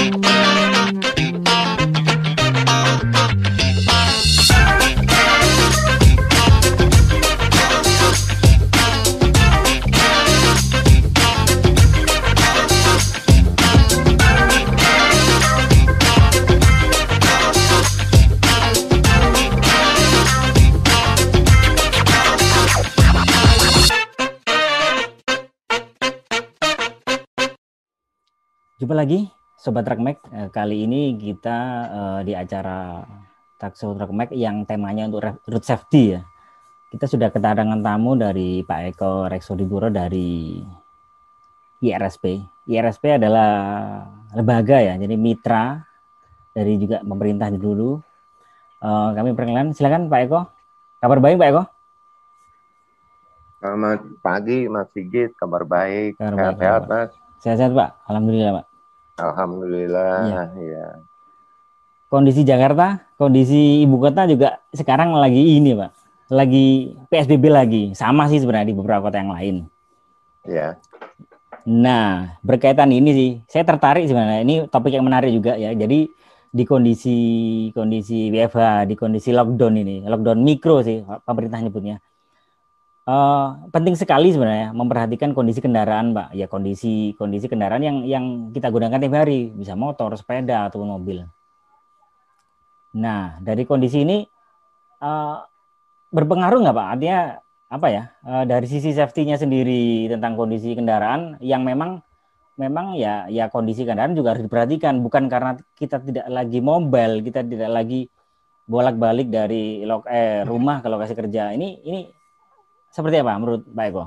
Jumpa lagi Sobat Trekmek. Kali ini kita di acara Takso Trekmek yang temanya untuk road safety ya. Kita sudah kedatangan tamu dari Pak Eko Reksodipuro dari IRSP. IRSP adalah lembaga ya, jadi mitra dari juga pemerintah dulu. Kami perkenalkan, silakan Pak Eko. Kabar baik Pak Eko? Selamat pagi Mas Sigit, kabar baik, sehat-sehat Mas? Sehat-sehat Pak, Alhamdulillah Pak. Alhamdulillah, ya. Kondisi Jakarta, kondisi ibu kota juga sekarang lagi ini Pak, lagi PSBB lagi, sama sih sebenarnya di beberapa kota yang lain. Ya. Nah, berkaitan ini sih, saya tertarik sebenarnya, ini topik yang menarik juga ya. Jadi di kondisi WFH, di kondisi lockdown ini, lockdown mikro sih pemerintah nyebutnya. Penting sekali sebenarnya memperhatikan kondisi kendaraan, Pak. Ya kondisi kendaraan yang kita gunakan tiap hari, bisa motor, sepeda ataupun mobil. Nah, dari kondisi ini berpengaruh nggak Pak? Artinya apa ya? Dari sisi safety-nya sendiri tentang kondisi kendaraan yang memang ya kondisi kendaraan juga harus diperhatikan, bukan karena kita tidak lagi mobile, kita tidak lagi bolak-balik dari rumah ke lokasi kerja. Ini seperti apa menurut Pak Eko?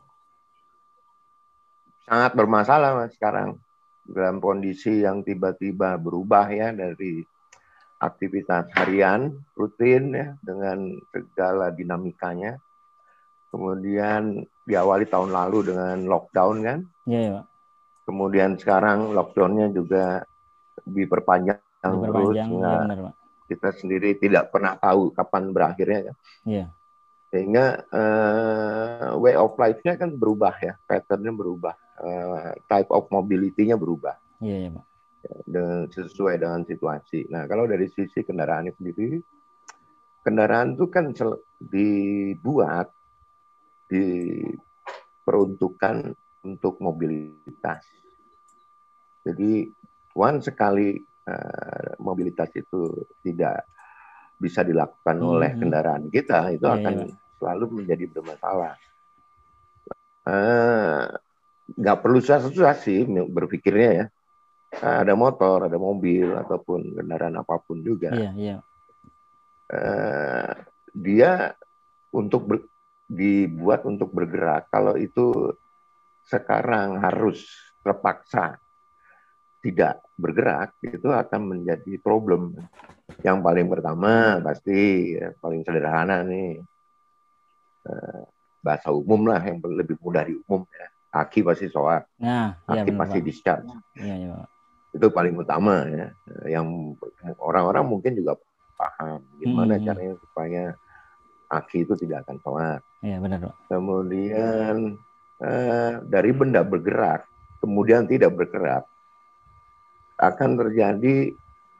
Sangat bermasalah Mas sekarang dalam kondisi yang tiba-tiba berubah ya dari aktivitas harian rutin ya dengan segala dinamikanya. Kemudian diawali tahun lalu dengan lockdown kan? Iya, Pak. Kemudian sekarang lockdown-nya juga diperpanjang terus. Ya, benar, Pak. Kita sendiri tidak pernah tahu kapan berakhirnya kan? Iya. Sehingga way of life-nya kan berubah ya, pattern-nya berubah, type of mobility-nya berubah. Iya, Pak. Sesuai dengan situasi. Nah, kalau dari sisi kendaraan sendiri, kendaraan itu kan diperuntukkan untuk mobilitas. Jadi, sekali mobilitas itu tidak bisa dilakukan oleh kendaraan kita, itu akan selalu menjadi bermasalah. Nggak perlu susah-susah sih berpikirnya ya. Ada motor, ada mobil, ataupun kendaraan apapun juga. Dia dibuat untuk bergerak. Kalau itu sekarang harus terpaksa tidak bergerak, itu akan menjadi problem. Yang paling pertama pasti paling sederhana nih, bahasa umum lah yang lebih mudah diumum ya. Aki pasti soak, aki pasti discharge. Itu paling utama ya. Yang orang-orang mungkin juga paham gimana caranya supaya aki itu tidak akan soak. Iya, benar, Pak. Kemudian dari benda bergerak kemudian tidak bergerak akan terjadi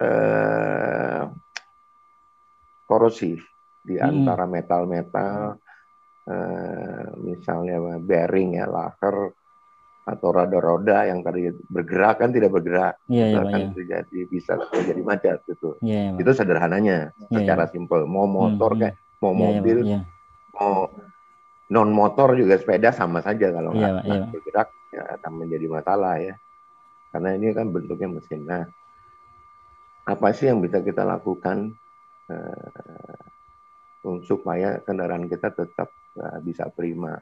korosi di antara metal-metal, misalnya bearing ya, laker atau roda-roda yang tadi bergerak kan tidak bergerak, itu akan terjadi, bisa terjadi macet gitu. Itu sederhananya, secara simpel. Mau motor kayak mau mobil, mau non motor juga sepeda sama saja kalau nggak bergerak ya akan menjadi masalah ya. Karena ini kan bentuknya mesin. Nah, apa sih yang bisa kita lakukan supaya kendaraan kita tetap bisa prima?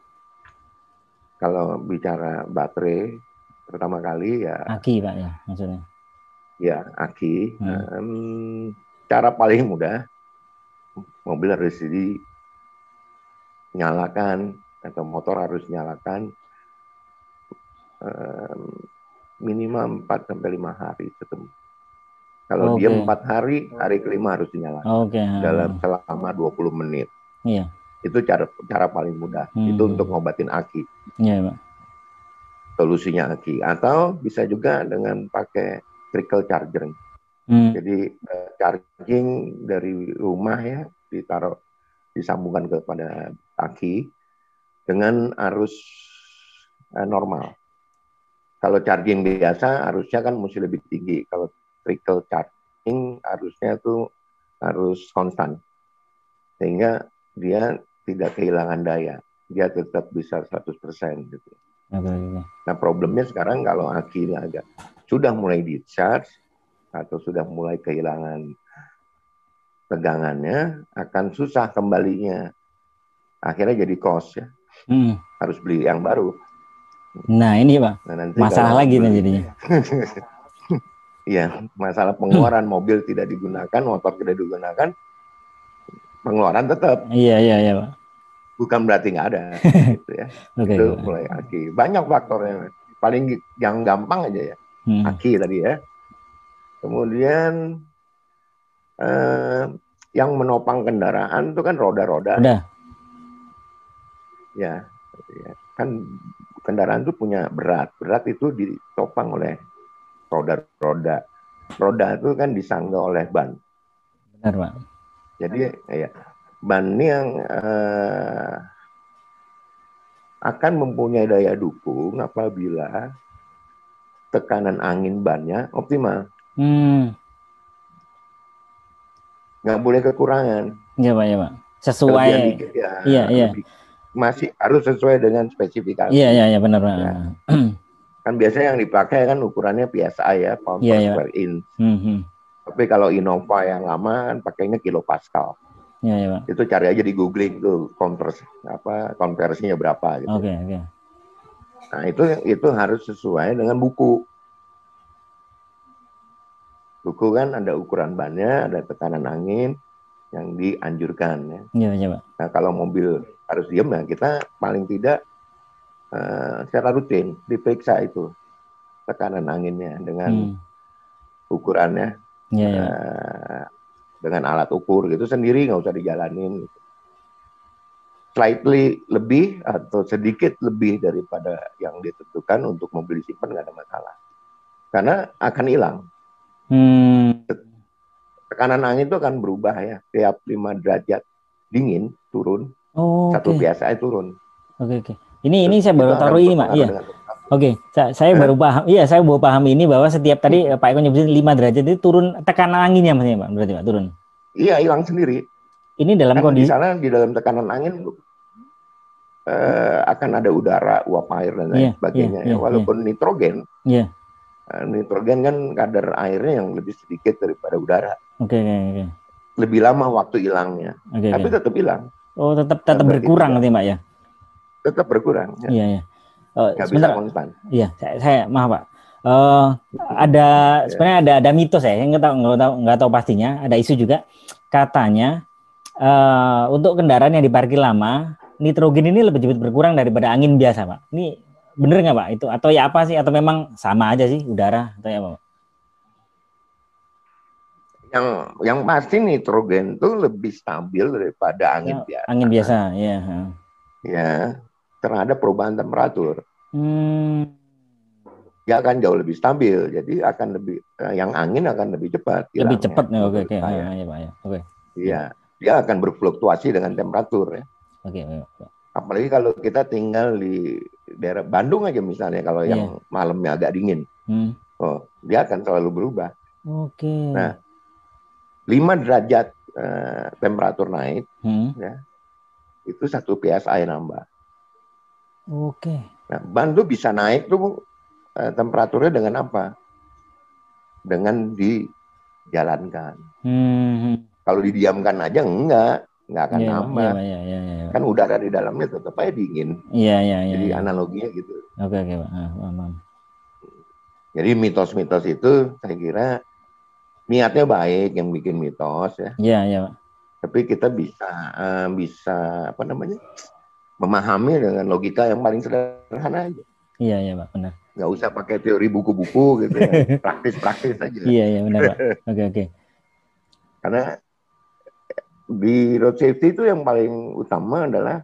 Kalau bicara baterai, pertama kali ya aki Pak ya maksudnya. Ya, aki. Cara paling mudah, mobil harus dinyalakan atau motor harus nyalakan minimal 4-5 hari ketemu. Kalau dia 4 hari, hari kelima harus dinyalakan dalam selama 20 menit. Iya. Itu cara paling mudah. Itu untuk ngobatin aki. Iya, Pak. Solusinya aki. Atau bisa juga dengan pakai trickle charger. Jadi charging dari rumah ya disambungkan kepada aki dengan arus normal. Kalau charging biasa arusnya kan mesti lebih tinggi. Kalau trickle charging arusnya itu harus konstan. Sehingga dia tidak kehilangan daya. Dia tetap bisa 100% gitu. Nah, problemnya sekarang kalau aki agak sudah mulai di-charge atau sudah mulai kehilangan tegangannya, akan susah kembalinya. Akhirnya jadi cost ya. Harus beli yang baru. Nah ini Pak, masalah lagi nih jadinya. Iya, masalah pengeluaran mobil tidak digunakan, motor tidak digunakan, pengeluaran tetap. Iya Pak. Bukan berarti nggak ada, gitu ya. Itu mulai aki. Banyak faktornya. Paling yang gampang aja ya, aki tadi ya. Kemudian yang menopang kendaraan itu kan roda-roda. Ya, kan kendaraan itu punya berat. Berat itu ditopang oleh roda-roda. Roda itu kan disangga oleh ban. Benar, Pak. Jadi ya, ban ini yang akan mempunyai daya dukung apabila tekanan angin bannya optimal. Nggak boleh kekurangan. Iya Pak, ya Pak. Sesuai. Dikit, ya, iya. Masih harus sesuai dengan spesifikasi. Iya benar Pak. Ya. Kan biasanya yang dipakai kan ukurannya PSI ya, pound per square inch. Tapi kalau Innova yang lama kan pakainya kilopascal. Iya Pak. Itu cari aja di googling tuh konversinya berapa gitu. Oke. Nah, itu harus sesuai dengan buku. Buku kan ada ukuran bannya, ada tekanan angin yang dianjurkan ya. Iya Pak. Nah, kalau mobil harus diam ya kita paling tidak secara rutin diperiksa itu tekanan anginnya dengan ukurannya, dengan alat ukur gitu sendiri, nggak usah dijalanin. Gitu. Slightly lebih atau sedikit lebih daripada yang ditentukan untuk mobil disimpan nggak ada masalah, karena akan hilang. Tekanan angin itu akan berubah ya, tiap 5 derajat dingin turun, 1 PSI turun. Oke. Ini saya baru taruh ini Pak. Iya. Oke, saya baru paham. Iya, saya baru paham ini bahwa setiap tadi Pak Eko nyebutin 5 derajat itu turun tekanan anginnya maksudnya Pak. Berarti Pak turun. Iya, hilang sendiri. Ini dalam kondisi di sana di dalam tekanan angin akan ada udara, uap air dan lain sebagainya. Walaupun nitrogen. Nitrogen kan kadar airnya yang lebih sedikit daripada udara. Oke. Lebih lama waktu hilangnya. Tapi tetap hilang. Oh, tetap berkurang nanti Pak ya. Tetap berkurang. Iya. Sebentar. Bisa konstan. Iya, saya maaf Pak. Sebenarnya ada mitos ya, yang nggak tahu pastinya. Ada isu juga katanya untuk kendaraan yang diparkir lama, nitrogen ini lebih cepat berkurang daripada angin biasa Pak. Ini bener nggak Pak itu? Atau ya apa sih? Atau memang sama aja sih udara atau ya apa Pak? Yang pasti nitrogen itu lebih stabil daripada angin biasa. Angin biasa, ya. Ya, terhadap perubahan temperatur. Dia akan jauh lebih stabil, jadi akan lebih yang angin akan lebih cepat. Lebih cepat nih, oke. Ya, Pak ya. Oke. Iya, dia akan berfluktuasi dengan temperatur ya. Oke. Apalagi kalau kita tinggal di daerah Bandung aja misalnya, kalau yang malamnya agak dingin, dia akan selalu berubah. Oke. Nah, 5 derajat temperatur naik, ya, itu 1 PSI nambah. Oke. Nah, ban tuh bisa naik tuh temperaturnya dengan apa? Dengan dijalankan. Kalau didiamkan aja enggak akan nambah. Iya. Kan udara di dalamnya tetap aja dingin. Iya. Jadi analoginya gitu. Oke, Pak. Paham. Jadi mitos-mitos itu saya kira niatnya baik yang bikin mitos ya. Iya, Pak. Tapi kita bisa memahami dengan logika yang paling sederhana aja. Iya, Pak, benar. Nggak usah pakai teori buku-buku gitu ya. Praktis-praktis aja. Iya, benar Pak. Oke. Karena di road safety itu yang paling utama adalah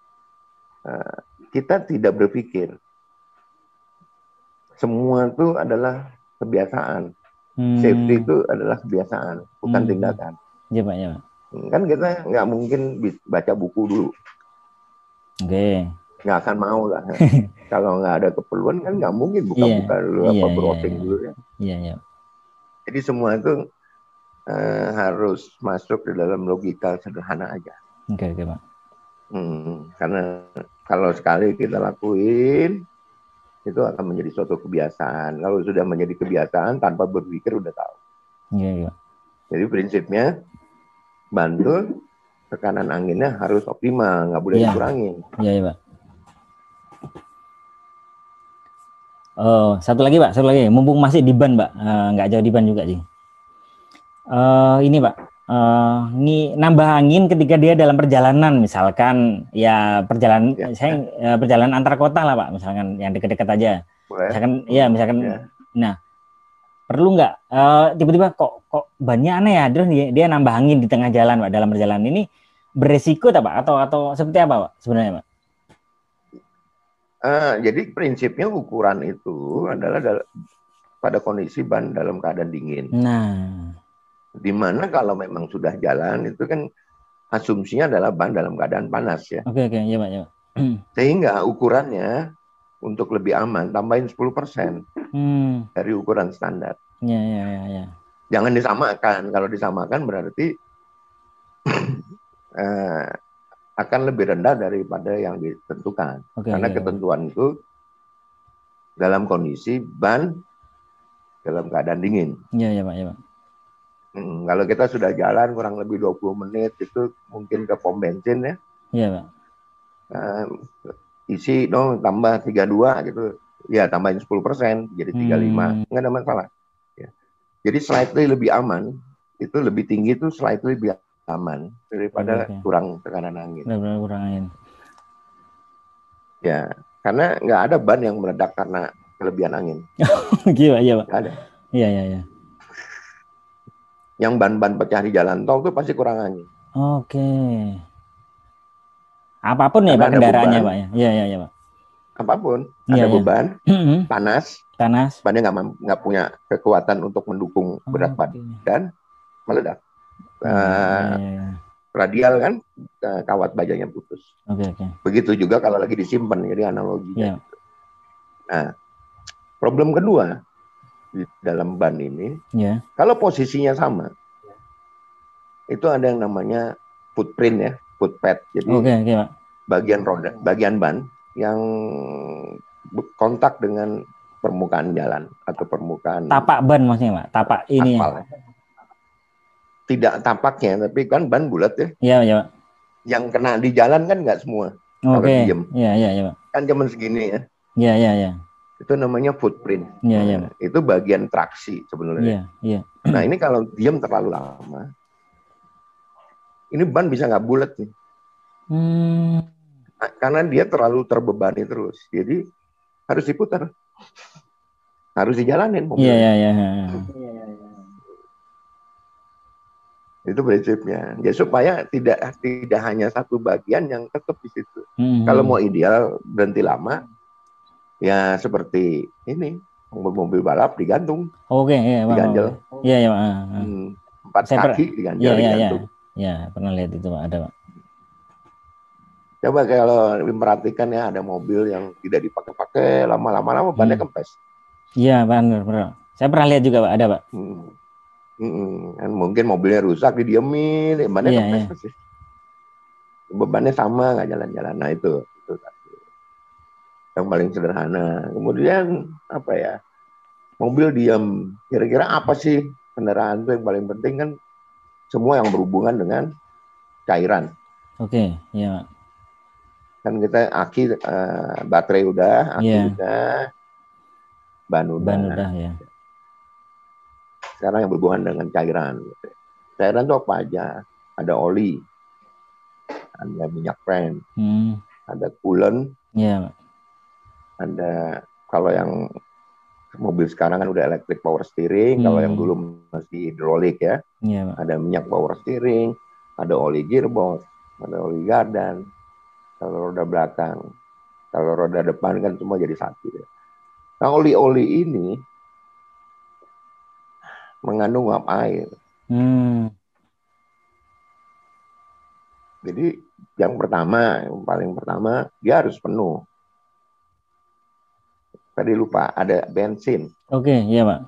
kita tidak berpikir. Semua itu adalah kebiasaan. Safety itu adalah kebiasaan, bukan tindakan. Iya Pak, ya Pak. Kan kita nggak mungkin baca buku dulu. Oke. Nggak akan mau lah. Kalau nggak ada keperluan kan nggak mungkin buka-buka dulu, browsing dulu ya. Iya. Jadi semua itu harus masuk di dalam logika sederhana aja. Oke Pak. Karena kalau sekali kita lakuin, itu akan menjadi suatu kebiasaan. Kalau sudah menjadi kebiasaan, tanpa berpikir udah tahu. Iya. Jadi prinsipnya, bantul tekanan anginnya harus optimal, nggak boleh dikurangin. Iya Pak. Oh, satu lagi Pak, mumpung masih di ban Pak, nggak jauh di ban juga sih. Ini Pak, nambah angin ketika dia dalam perjalanan, misalkan ya perjalanan antar kota lah Pak, misalkan yang dekat-dekat aja. Misalkan nah perlu nggak tiba-tiba kok bannya aneh ya, terus dia nambah angin di tengah jalan Pak, dalam perjalanan ini beresiko tak Pak, atau seperti apa Pak sebenarnya Pak? Jadi prinsipnya ukuran itu adalah pada kondisi ban dalam keadaan dingin. Nah, dimana kalau memang sudah jalan itu kan asumsinya adalah ban dalam keadaan panas ya. Oke, ya Pak, ya Pak. Sehingga ukurannya untuk lebih aman tambahin 10% dari ukuran standar. Ya. Jangan disamakan. Kalau disamakan berarti akan lebih rendah daripada yang ditentukan. Karena ketentuan itu dalam kondisi ban dalam keadaan dingin. Iya Pak, ya Pak. Kalau kita sudah jalan kurang lebih 20 menit itu mungkin ke pom bensin ya. Iya Pak. Isi dong tambah 32 gitu. Ya tambahin 10% jadi 35. Nggak ada masalah. Ya. Jadi slightly lebih aman. Itu lebih tinggi itu slightly lebih aman daripada kurang tekanan angin. Kurang angin. Ya, karena nggak ada ban yang meledak karena kelebihan angin. Gila, iya Pak. Nggak ada. Iya. Yang ban-ban pecah di jalan tol itu pasti kurang angin. Oke. Apapun ya Pak kendaraannya Pak ya. Iya Pak. Apapun, ada beban, panas, bannya nggak punya kekuatan untuk mendukung berat badan, meledak. Radial kan kawat bajanya putus. Begitu juga kalau lagi disimpan, jadi analoginya. Nah, problem kedua di dalam ban ini, kalau posisinya sama, itu ada yang namanya footprint ya, footpad. Jadi bagian roda, bagian ban yang kontak dengan permukaan jalan atau permukaan tapak ban maksudnya Pak, tapak ini ya. Tidak tapaknya, tapi kan ban bulat ya. Iya Pak. Yang kena di jalan kan nggak semua. Kalau diem. Iya Pak. Kan cuma segini ya. Iya. Itu namanya footprint. Iya. Itu bagian traksi sebenarnya. Iya. Nah ini kalau diem terlalu lama, ini ban bisa nggak bulat nih. Karena dia terlalu terbebani terus. Jadi harus diputar. Harus dijalanin mobilnya. Iya. Itu prinsipnya. Ya supaya tidak hanya satu bagian yang tetap di situ. Kalau mau ideal berhenti lama, ya seperti ini mobil balap digantung. Diganjel. Iya. 4 kaki diganjel digantung. Iya, pernah lihat itu Pak, ada Pak. Coba kalau memperhatikan ya ada mobil yang tidak dipakai-pakai lama-lama bannya kempes. Iya benar. Saya pernah lihat juga Pak, ada Pak. Kan mungkin mobilnya rusak didiemin, bannya kempes sih. Bebannya sama nggak jalan-jalan. Nah itu yang paling sederhana. Kemudian apa ya? Mobil diam. Kira-kira apa sih kendaraan itu yang paling penting kan? Semua yang berhubungan dengan cairan. Iya. Kan kita aki, baterai udah, aki udah, ban udah ya. Sekarang yang berhubungan dengan cairan. Cairan itu apa aja? Ada oli, ada minyak pren, ada coolant, ada kalau yang mobil sekarang kan udah electric power steering, kalau yang dulu masih hidrolik ya. Ada minyak power steering, ada oli gearbox, ada oli gardan, kalau roda belakang, kalau roda depan kan semua jadi satu ya. Nah oli-oli ini mengandung uap air. Jadi yang paling pertama dia harus penuh. Tadi lupa ada bensin. Oke, iya Pak.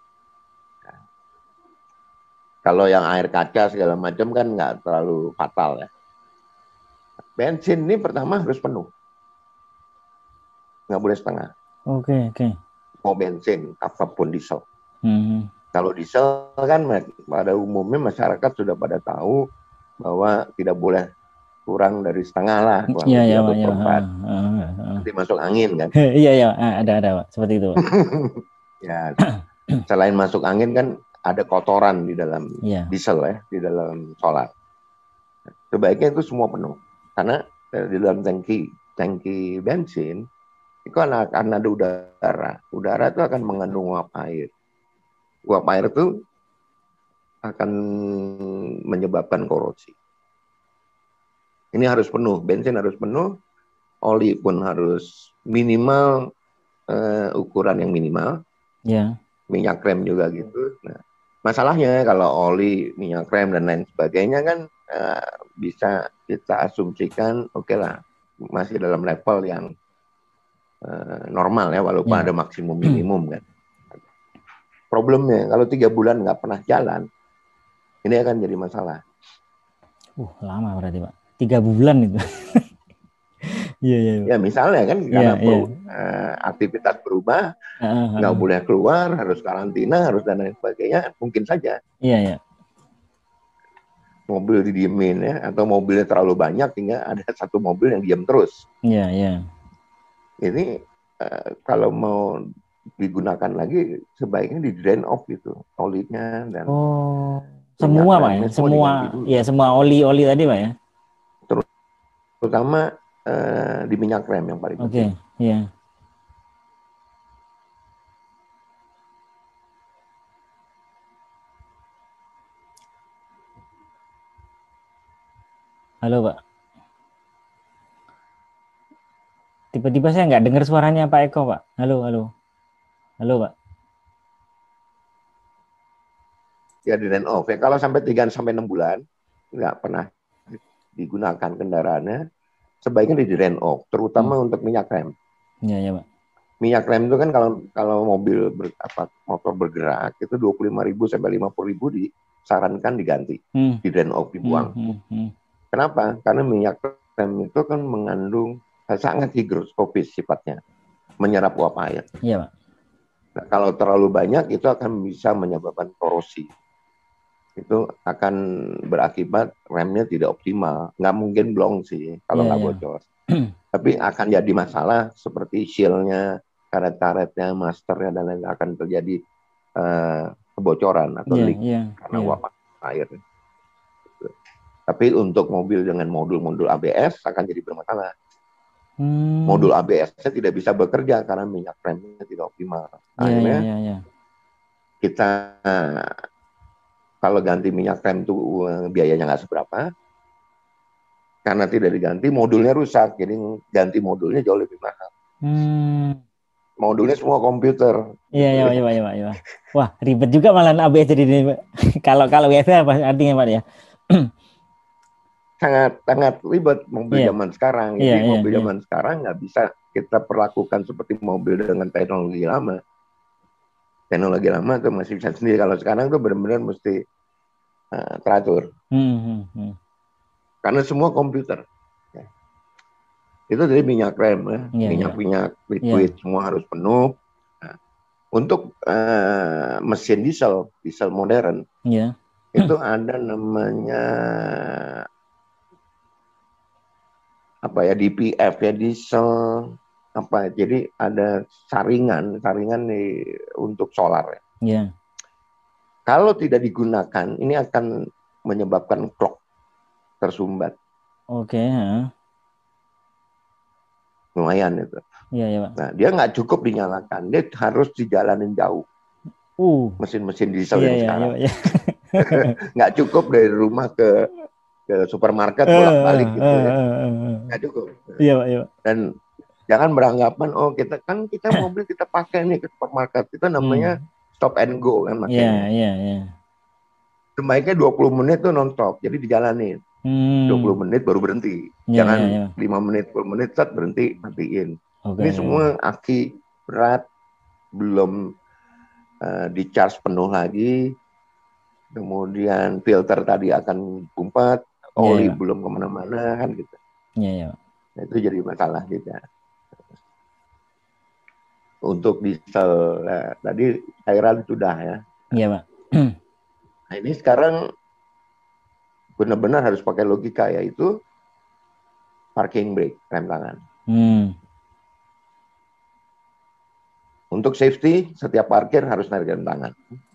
Kalau yang air kaca segala macam kan nggak terlalu fatal ya. Bensin ini pertama harus penuh, nggak boleh setengah. Oke. Mau bensin apapun diesel. Kalau diesel kan pada umumnya masyarakat sudah pada tahu bahwa tidak boleh kurang dari setengah lah, kurang lebih atau seperempat. Nanti masuk angin kan? Iya, ada Pak, seperti itu. Ya, selain masuk angin kan ada kotoran di dalam diesel ya, di dalam solar. Sebaiknya itu semua penuh, karena di dalam tangki bensin itu akan ada udara. Udara itu akan mengandung uap air. Uap air itu akan menyebabkan korosi. Ini harus penuh, bensin harus penuh, oli pun harus minimal ukuran yang minimal. Minyak rem juga gitu. Nah, masalahnya kalau oli, minyak rem dan lain sebagainya kan bisa kita asumsikan oke lah masih dalam level yang normal ya, walaupun ada maksimum minimum kan. Problemnya kalau 3 bulan nggak pernah jalan, ini akan jadi masalah. Lama berarti Pak. 3 bulan itu. Ya misalnya kan karena aktivitas berubah, nggak boleh keluar, harus karantina, harus dan lain sebagainya, mungkin saja. Mobil didiemin ya, atau mobilnya terlalu banyak hingga ada satu mobil yang diam terus. Ini kalau mau digunakan lagi sebaiknya di drain off gitu, olinya dan semua Pak ya, semua oli tadi Pak ya. Terutama di minyak rem yang paling penting. Halo Pak. Tiba-tiba saya nggak dengar suaranya Pak Eko Pak. Halo Pak. Ya di drain off ya. Kalau sampai 3-6 bulan nggak pernah digunakan kendaraannya, sebaiknya di drain off, terutama untuk minyak rem. Iya Pak. Minyak rem itu kan kalau mobil motor bergerak itu 25.000 sampai 50.000 disarankan diganti, di drain off, dibuang. Kenapa? Karena minyak rem itu kan mengandung sangat higroskopis sifatnya, menyerap uap air. Iya Pak. Nah, kalau terlalu banyak itu akan bisa menyebabkan korosi. Itu akan berakibat remnya tidak optimal. Nggak mungkin blong sih kalau nggak bocor. Tapi akan jadi masalah seperti seal-nya, karet-karetnya, masternya, dan lain akan terjadi kebocoran atau leak karena uap air. Tapi untuk mobil dengan modul-modul ABS akan jadi bermasalah. Modul ABS-nya tidak bisa bekerja karena minyak remnya tidak optimal. Akhirnya kita kalau ganti minyak rem itu biayanya nggak seberapa. Karena tidak diganti, modulnya rusak. Jadi ganti modulnya jauh lebih mahal. Modulnya semua komputer. Iya. Wah, ribet juga malah ABS jadi ini. Kalau WiFi apa artinya Pak ya? Sangat ribet mobil zaman sekarang. Jadi mobil zaman sekarang nggak bisa kita perlakukan seperti mobil dengan teknologi lama. Teknologi lama tuh masih bisa sendiri. Kalau sekarang tuh benar-benar mesti teratur. Karena semua komputer. Itu dari minyak rem ya. Minyak liquid semua harus penuh. Nah, untuk mesin diesel modern, itu ada namanya DPF ya, diesel jadi ada saringan untuk solar ya. Kalau tidak digunakan, ini akan menyebabkan clock tersumbat. Lumayan itu. Pak. Nah, dia nggak cukup dinyalakan, dia harus dijalanin jauh. Mesin-mesin diesel yang sekarang. Nggak cukup dari rumah ke supermarket bolak-balik gitu ya. Nggak cukup. Iya Pak. Dan jangan beranggapan kita mobil kita pakai nih ke supermarket, itu namanya stop and go kan makanya. Sebaiknya 20 menit tuh non-stop, jadi dijalanin. 20 menit baru berhenti. Jangan 5 menit, 10 menit, set berhenti, matiin. Ini semua aki berat, belum di-charge penuh lagi. Kemudian filter tadi akan kumpet, oli belum kemana-mana kan gitu. Nah, itu jadi masalah juga. Untuk diesel tadi cairan sudah ya. Iya Pak. Nah ini sekarang benar-benar harus pakai logika, yaitu parking brake, rem tangan. Untuk safety setiap parkir harus narik rem tangan.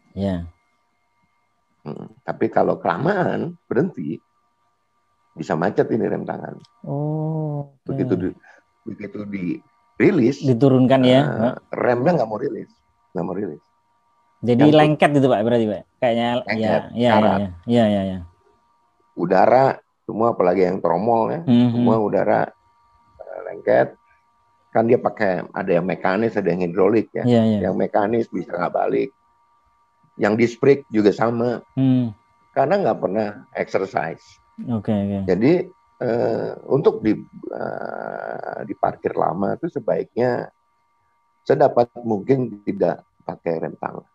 Tapi kalau kelamaan berhenti, bisa macet ini rem tangan. Begitu dirilis, diturunkan remnya nggak mau rilis. Jadi lengket gitu Pak, berarti Pak? Kayaknya lengket, ya. Udara semua, apalagi yang tromol ya, semua udara lengket. Kan dia pakai, ada yang mekanis, ada yang hidrolik ya. Yang mekanis bisa nggak balik. Yang disc brake juga sama. Karena nggak pernah exercise. Jadi untuk di parkir lama itu sebaiknya sedapat mungkin tidak pakai rem tangan.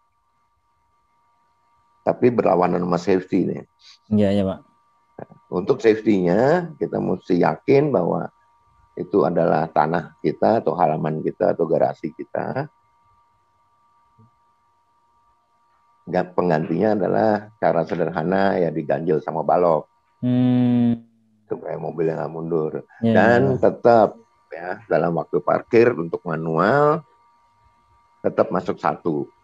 Tapi berlawanan sama safety nih. Iya Pak. Untuk safety-nya kita mesti yakin bahwa itu adalah tanah kita atau halaman kita atau garasi kita. Penggantinya adalah cara sederhana ya, diganjel sama balok. Supaya mobilnya nggak mundur. Dan tetap ya dalam waktu parkir untuk manual tetap masuk 1.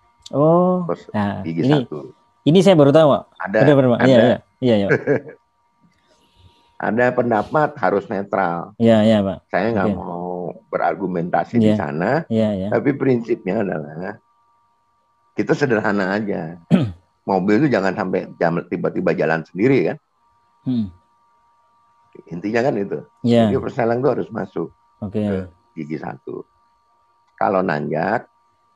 Gigi 1. Ini saya baru tahu Pak. Ada. Iya. Ada pendapat harus netral. Iya Pak. Saya nggak mau berargumentasi di sana. Tapi prinsipnya adalah kita sederhana aja. Mobil itu jangan sampai tiba-tiba jalan sendiri kan. Intinya kan itu. Jadi perselang itu harus masuk ke gigi 1. Kalau nanjak,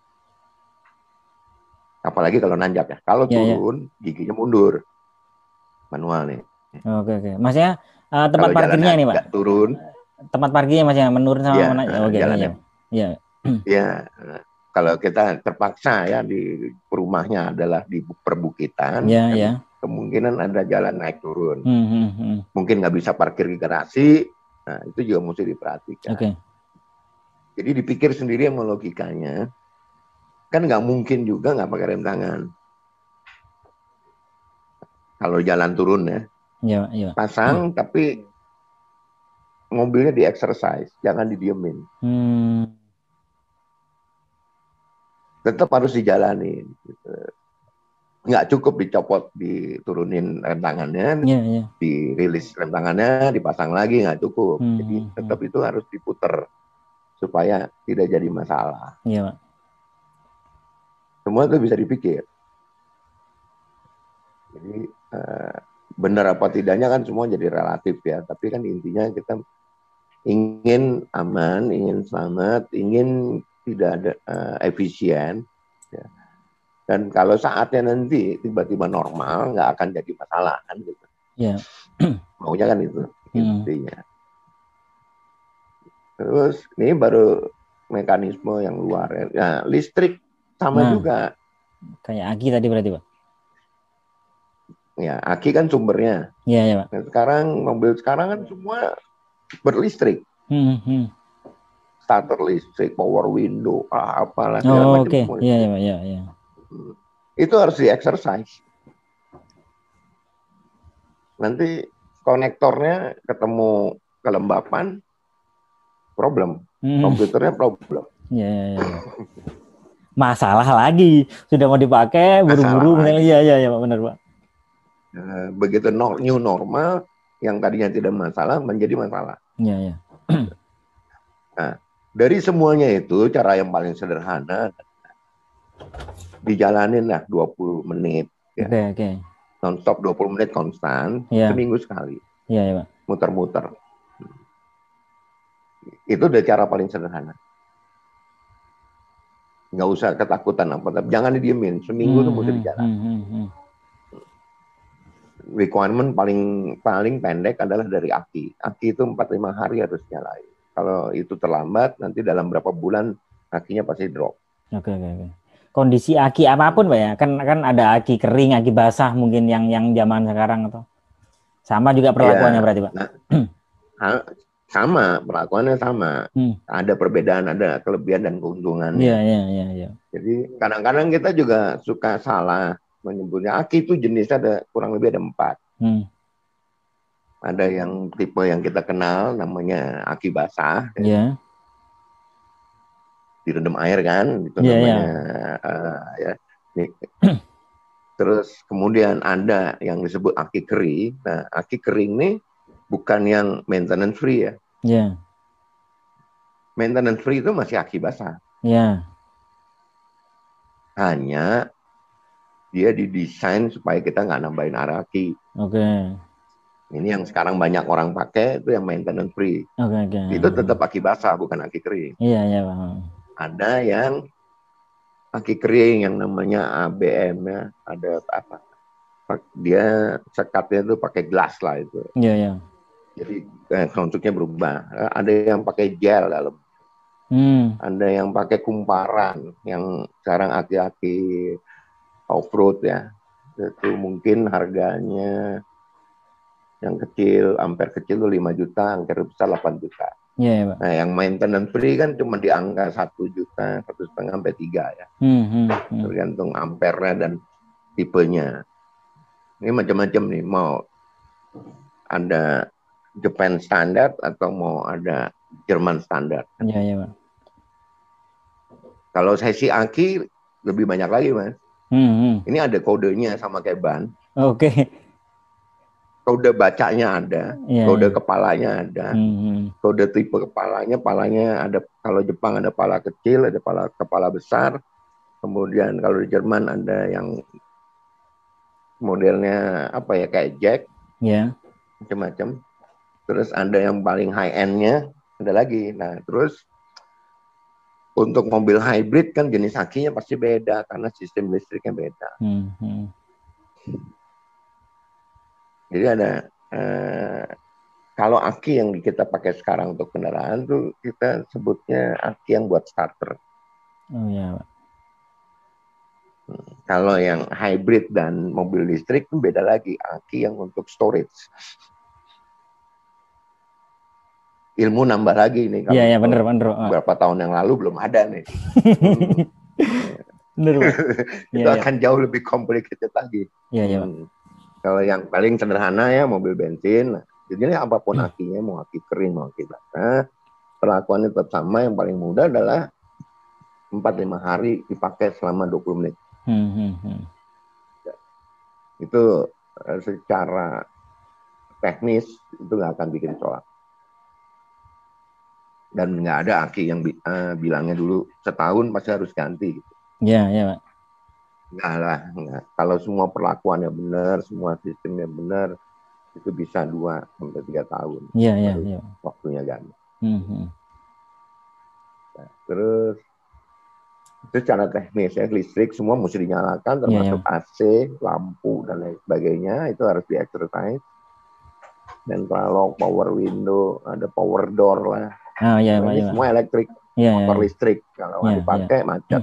apalagi kalau nanjak ya. Kalau turun, giginya mundur. Manual nih. Maksudnya tempat parkirnya nih Pak? Turun. Tempat parkirnya Mas yang menurun sama jalannya. Iya. Kalau kita terpaksa ya di rumahnya adalah di perbukitan, kemungkinan ada jalan naik turun. Mungkin nggak bisa parkir di garasi, nah itu juga mesti diperhatikan. Jadi dipikir sendiri sama logikanya, kan nggak mungkin juga nggak pakai rem tangan. Kalau jalan turun ya, pasang tapi mobilnya di exercise, jangan didiemin. Tetap harus dijalanin. Gitu. Nggak cukup dicopot, diturunin rem tangannya, dirilis rem tangannya, dipasang lagi, nggak cukup. Jadi tetap itu harus diputer supaya tidak jadi masalah. Semua itu bisa dipikir. Jadi benar apa tidaknya kan semua jadi relatif ya. Tapi kan intinya kita ingin aman, ingin selamat, ingin tidak ada efisien, ya. Dan kalau saatnya nanti tiba-tiba normal, nggak akan jadi masalah kan gitu. Maunya kan itu intinya. Terus ini baru mekanisme yang luar ya. Nah, listrik sama juga. Kayak aki tadi berarti Pak? Ya, aki kan sumbernya. Iya Pak. Nah, sekarang mobil sekarang kan semua berlistrik. Starter listrik, power window, apalah segala macam. Iya. Itu harus di-exercise. Nanti konektornya ketemu kelembapan, problem. Komputernya problem. Iya. Masalah lagi. Sudah mau dipakai, buru-buru. Iya Pak, benar Pak. Begitu new normal, yang tadinya tidak masalah, menjadi masalah. Iya. Nah, dari semuanya itu, cara yang paling sederhana, dijalanin lah 20 menit. Oke. Non-stop 20 menit konstan, seminggu sekali. Iya Pak. Muter-muter. Itu udah cara paling sederhana. nggak usah ketakutan apa, tapi jangan didiemin. Seminggu tuh mesti dijalan. Requirement paling pendek adalah dari aki. Aki itu 4-5 hari harus nyalain. Kalau itu terlambat, nanti dalam berapa bulan akinya pasti drop. Oke. Kondisi aki apapun, Pak ya. Kan ada aki kering, aki basah mungkin yang zaman sekarang atau sama juga perlakuannya berarti, Pak. Nah, sama, perlakuannya sama. Ada perbedaan, ada kelebihan dan keuntungannya. Iya. Jadi kadang-kadang kita juga suka salah menyebutnya. Aki itu jenisnya ada kurang lebih ada 4. Ada yang tipe yang kita kenal namanya aki basah. Iya. Direndam air kan, itu namanya. Ya. Terus kemudian ada yang disebut aki kering. Nah, aki kering nih bukan yang maintenance free ya. Iya. Maintenance free itu masih aki basah. Iya. Hanya dia didesain supaya kita nggak nambahin air aki. Oke. Ini yang sekarang banyak orang pakai itu yang maintenance free. Oke. Itu tetap aki basah, bukan aki kering. Iya, Pak. Ada yang aki kering yang namanya ABM ya. Ada apa? Dia sekatnya itu pakai gelas lah itu. Iya. Jadi konstruknya berubah. Ada yang pakai gel dalam. Ada yang pakai kumparan. Yang sekarang aki-aki off-road ya. Itu mungkin harganya yang kecil, ampere kecil tuh 5 juta, ampere besar 8 juta. Iya, Pak. Nah, yang maintenance free kan cuma di angka 1 juta, 1,5 sampai 3 ya. Tergantung ampernya dan tipenya. Ini macam-macam nih, mau ada Japan standard atau mau ada Jerman standard. Iya, Pak. Kalau sesi aki lebih banyak lagi, Mas. Ini ada kodenya sama kayak ban. Oke. Kode bacanya ada, kode kepalanya ada, kode tipe kepalanya ada. Kalau Jepang ada kepala kecil, ada kepala besar. Kemudian kalau di Jerman ada yang modelnya apa ya kayak jack, macam-macam. Terus ada yang paling high end-nya ada lagi. Nah terus untuk mobil hybrid kan jenis akinya pasti beda karena sistem listriknya beda. Jadi ada kalau aki yang kita pakai sekarang untuk kendaraan tuh kita sebutnya aki yang buat starter. Oh iya, Pak. Kalau yang hybrid dan mobil listrik itu beda lagi, aki yang untuk storage. Ilmu nambah lagi nih. Iya, bener. Beberapa tahun yang lalu belum ada nih. Bener, Pak. Itu akan jauh lebih complicated lagi. Iya, Pak. Kalau yang paling sederhana ya mobil bensin. Jadi apapun akinya, mau aki kering, mau aki basah, perlakuannya tetap sama. Yang paling mudah adalah 4-5 hari dipakai selama 20 menit. Itu secara teknis itu nggak akan bikin soal. Dan nggak ada aki yang bilangnya dulu setahun pasti harus ganti. Iya, Pak. Enggak. Kalau semua perlakuannya benar, semua sistemnya benar, itu bisa 2-3 tahun. Iya. Waktunya ganti. Nah, terus itu secara teknis ya, listrik semua mesti dinyalakan, termasuk AC, lampu dan lain sebagainya, itu harus di-exercise. Dan kalau power window, ada power door lah. Ini semua elektrik, motor listrik. Kalau nggak dipakai macet.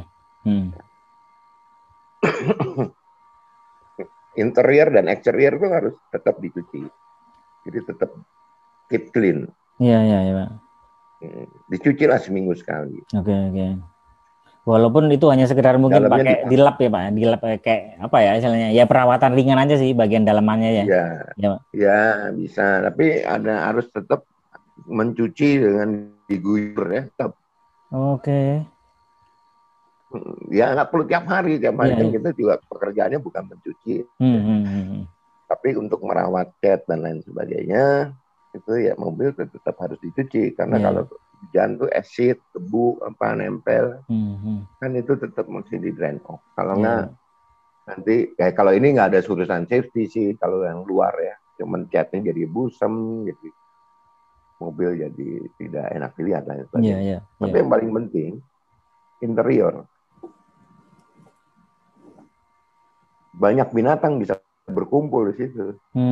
Interior dan exterior itu harus tetap dicuci. Jadi tetap keep clean. Iya, Pak. Dicuci lah seminggu sekali. Oke. Walaupun itu hanya sekedar mungkin pakai dilap ya, Pak. Dilap kayak apa ya istilahnya? Ya perawatan ringan aja sih bagian dalamannya ya. Ya, bisa. Tapi harus tetap mencuci dengan diguyur ya. Tetap. Oke. Ya nggak perlu tiap hari kan kita juga pekerjaannya bukan mencuci. Tapi untuk merawat cat dan lain sebagainya itu ya mobil tetap harus dicuci karena kalau hujan tuh acid, debu apa nempel kan itu tetap mesti di drain off. Kalau nggak nanti kalau ini nggak ada urusan safety sih kalau yang luar ya, cuman catnya jadi busem, jadi mobil jadi tidak enak dilihat lah sebagainya. Tapi yang paling penting interior. banyak binatang bisa berkumpul di situ.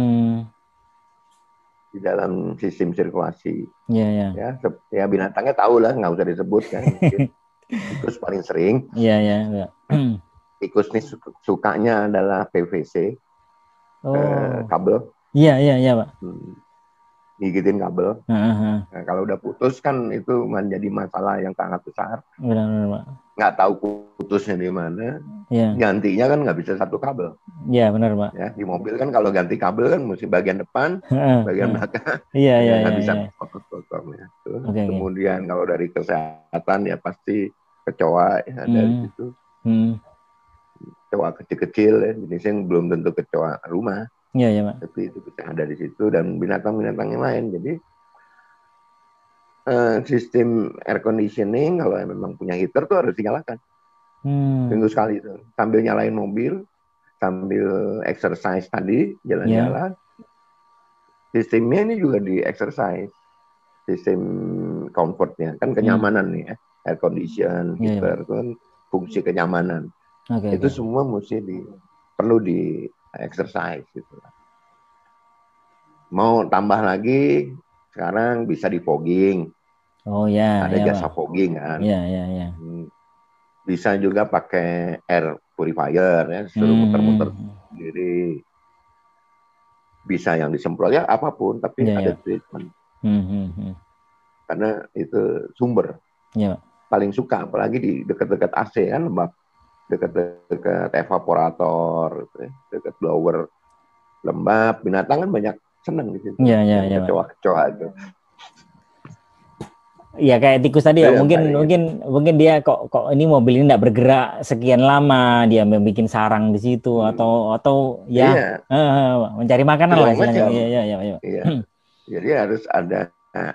Di dalam sistem sirkulasi. Ya binatangnya tahu lah, nggak usah disebut kan. Tikus paling sering. Tikus ini sukanya adalah PVC, kabel. Iya Pak. Gigitin kabel. Nah, kalau udah putus kan itu menjadi masalah yang sangat besar. Benar Pak. Nggak tahu putusnya di mana. Gantinya kan nggak bisa satu kabel. Iya benar Pak. Ya, di mobil kan kalau ganti kabel kan mesti bagian depan, bagian belakang. Iya. Nggak bisa potong-potong ya. Kemudian kalau dari kesehatan ya pasti kecoa ya, dari situ. Kecoa kecil-kecil ya, jenisnya yang belum tentu kecoa rumah. Iya Pak. Tapi itu bisa ada di situ dan binatang-binatang yang lain. Jadi sistem air conditioning kalau memang punya heater tuh harus dinyalakan. Minggu sekali tuh. Sambil nyalain mobil, sambil exercise tadi, jalan-jalan. Sistemnya ini juga di exercise. Sistem comfortnya. Kan kenyamanan nih ya. Air condition, heater, itu kan fungsi kenyamanan. Itu semua mesti perlu di exercise gitu. Mau tambah lagi, sekarang bisa di fogging. Ada jasa fogging kan. Bisa juga pakai air purifier ya, suruh muter-muter sendiri. Bisa yang disemprot ya apapun, tapi ada treatment. Karena itu sumber. Paling suka apalagi di dekat-dekat AC kan, lembab. Dekat-dekat evaporator, dekat blower lembab, binatang kan banyak seneng di situ. Kecoa-kecoa itu. Iya kayak tikus tadi ya, mungkin dia kok ini mobil ini tidak bergerak sekian lama, dia membuat sarang di situ atau ya mencari makanan lah istilahnya. Iya. Jadi harus ada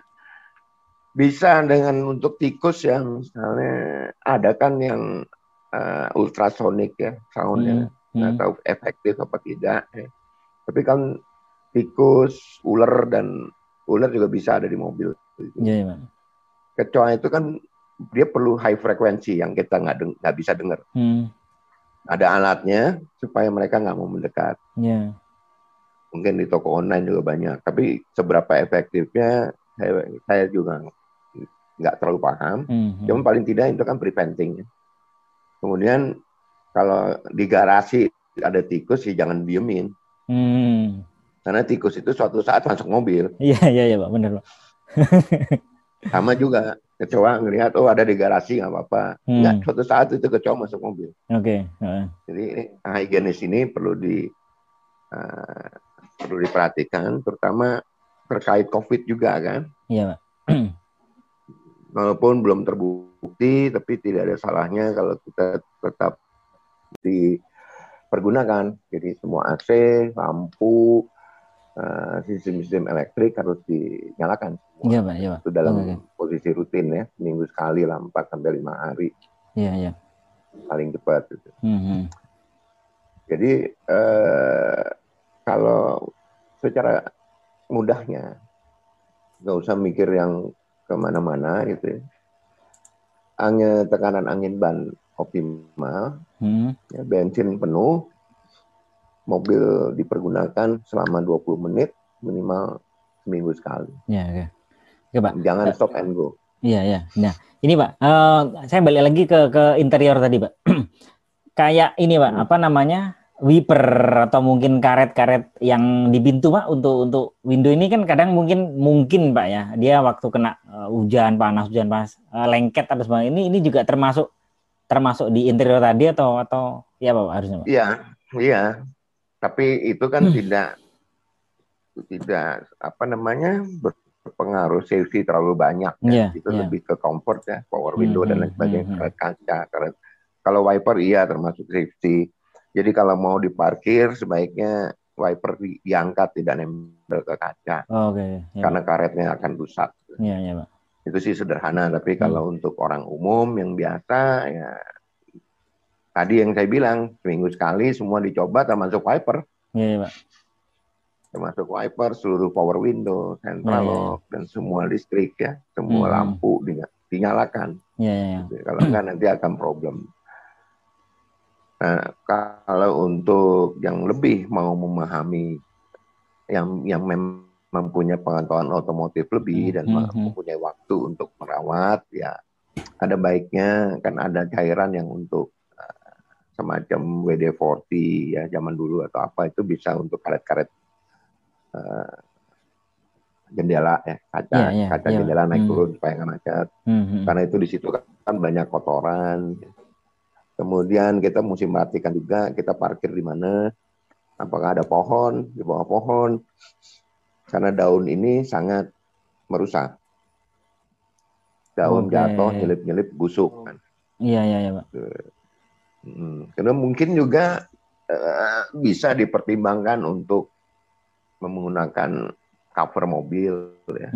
bisa dengan untuk tikus ya, misalnya ada kan yang ultrasonik ya soundnya, nggak tahu efektif apa tidak ya. Tapi kan tikus, ular juga bisa ada di mobil. Kecoa itu kan dia perlu high frekuensi yang kita nggak bisa dengar. Ada alatnya supaya mereka nggak mau mendekat. Mungkin di toko online juga banyak. Tapi seberapa efektifnya saya juga nggak terlalu paham. Cuma paling tidak itu kan preventing. Kemudian kalau di garasi ada tikus sih jangan diemin. Karena tikus itu suatu saat masuk mobil. Iya Pak, benar Pak. Sama juga kecoa ngelihat ada di garasi nggak apa-apa. Nggak, suatu saat itu kecoa masuk mobil. Jadi higienis ini perlu diperhatikan, terutama terkait COVID juga kan. Iya Pak. Walaupun belum terbukti, tapi tidak ada salahnya kalau kita tetap dipergunakan. Jadi semua AC, lampu, sistem-sistem elektrik harus dinyalakan. Iya Pak. Itu dalam posisi rutin ya, minggu sekali lah, 4-5 hari. Iya. Paling cepat. Gitu. Jadi kalau secara mudahnya, nggak usah mikir yang kemana-mana gitu ya. Tekanan angin ban optimal, ya, bensin penuh, mobil dipergunakan selama 20 menit, minimal seminggu sekali. Iya. Oke, Pak. Jangan stop and go. Iya. Nah, ini Pak, saya balik lagi ke interior tadi Pak. Kayak ini Pak, apa namanya? Wiper atau mungkin karet-karet yang di pintu Pak untuk window ini kan kadang mungkin Pak ya, dia waktu kena hujan panas lengket atau sebagainya. Ini juga termasuk di interior tadi atau ya Pak harusnya Pak? Iya. Tapi itu kan tidak berpengaruh safety terlalu banyak ya. Itu lebih ke comfort ya, power window dan lain sebagainya, karet kaca. Kalau wiper termasuk safety. Jadi kalau mau diparkir sebaiknya wiper diangkat, tidak nempel ke kaca. Karena karetnya akan rusak. Iya Pak. Itu sih sederhana, tapi kalau untuk orang umum yang biasa ya tadi yang saya bilang, seminggu sekali semua dicoba termasuk wiper. Iya Pak. Termasuk wiper, seluruh power window, central lock, dan semua listrik ya, semua lampu dinyalakan. Iya. Kalau enggak nanti akan problem. Nah, kalau untuk yang lebih mau memahami, yang mempunyai pengetahuan otomotif lebih dan mempunyai waktu untuk merawat, ya ada baiknya kan ada cairan yang untuk semacam WD-40 ya zaman dulu atau apa, itu bisa untuk karet-karet jendela ya, kaca jendela naik turun supaya nggak macet. Karena itu di situ kan banyak kotoran. Kemudian kita mesti perhatikan juga kita parkir di mana, apakah ada pohon, di bawah pohon, karena daun ini sangat merusak. Daun jatuh, nyelip-nyelip, busuk kan. Iya, Pak. Karena mungkin juga bisa dipertimbangkan untuk menggunakan cover mobil ya.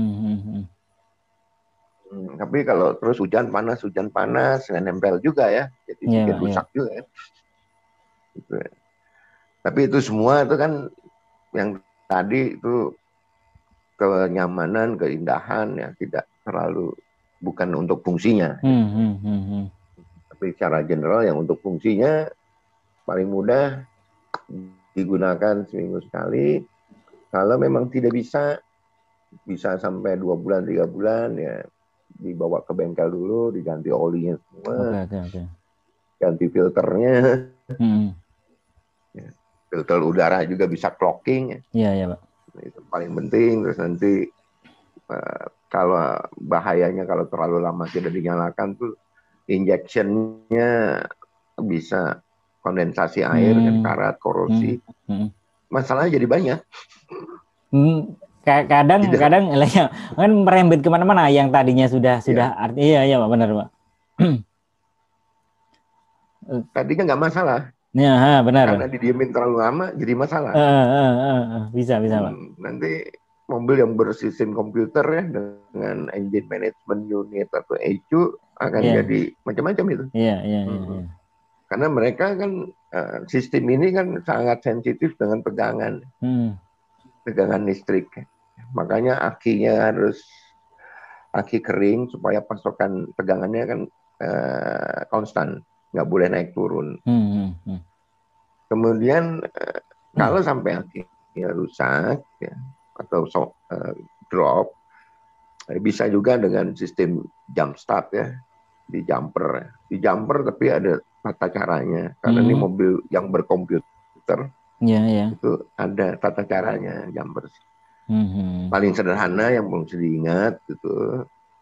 Tapi kalau terus hujan panas nempel juga ya, jadi bikin rusak juga ya. Gitu ya. Tapi itu semua itu kan yang tadi itu kenyamanan, keindahan ya, tidak terlalu, bukan untuk fungsinya. Tapi secara general yang untuk fungsinya paling mudah digunakan seminggu sekali. Kalau memang tidak bisa sampai 2 bulan 3 bulan ya, dibawa ke bengkel dulu, diganti olinya semua, ganti filternya, ya, filter udara juga bisa clocking ya. Iya Pak. Itu paling penting. Terus nanti kalau bahayanya kalau terlalu lama tidak dinyalakan tuh injectionnya bisa kondensasi air, karat, korosi. Masalahnya jadi banyak. Kadang kan merembet kemana-mana yang tadinya sudah artinya iya Pak, benar Pak. Tadinya nggak masalah. Ya, benar. Karena didiemin terlalu lama jadi masalah. Bisa Pak. Nanti mobil yang bersistem komputer ya dengan engine management unit atau ECU akan jadi macam-macam itu. Iya. Karena mereka kan sistem ini kan sangat sensitif dengan tegangan. Tegangan listrik. Makanya akinya harus aki kering supaya pasokan tegangannya kan konstan, nggak boleh naik turun. Kemudian kalau sampai akinya rusak ya, atau drop, bisa juga dengan sistem jump start ya, di jumper tapi ada tata caranya, karena ini mobil yang berkomputer. Itu ada tata caranya jumper. Paling sederhana yang perlu diingat itu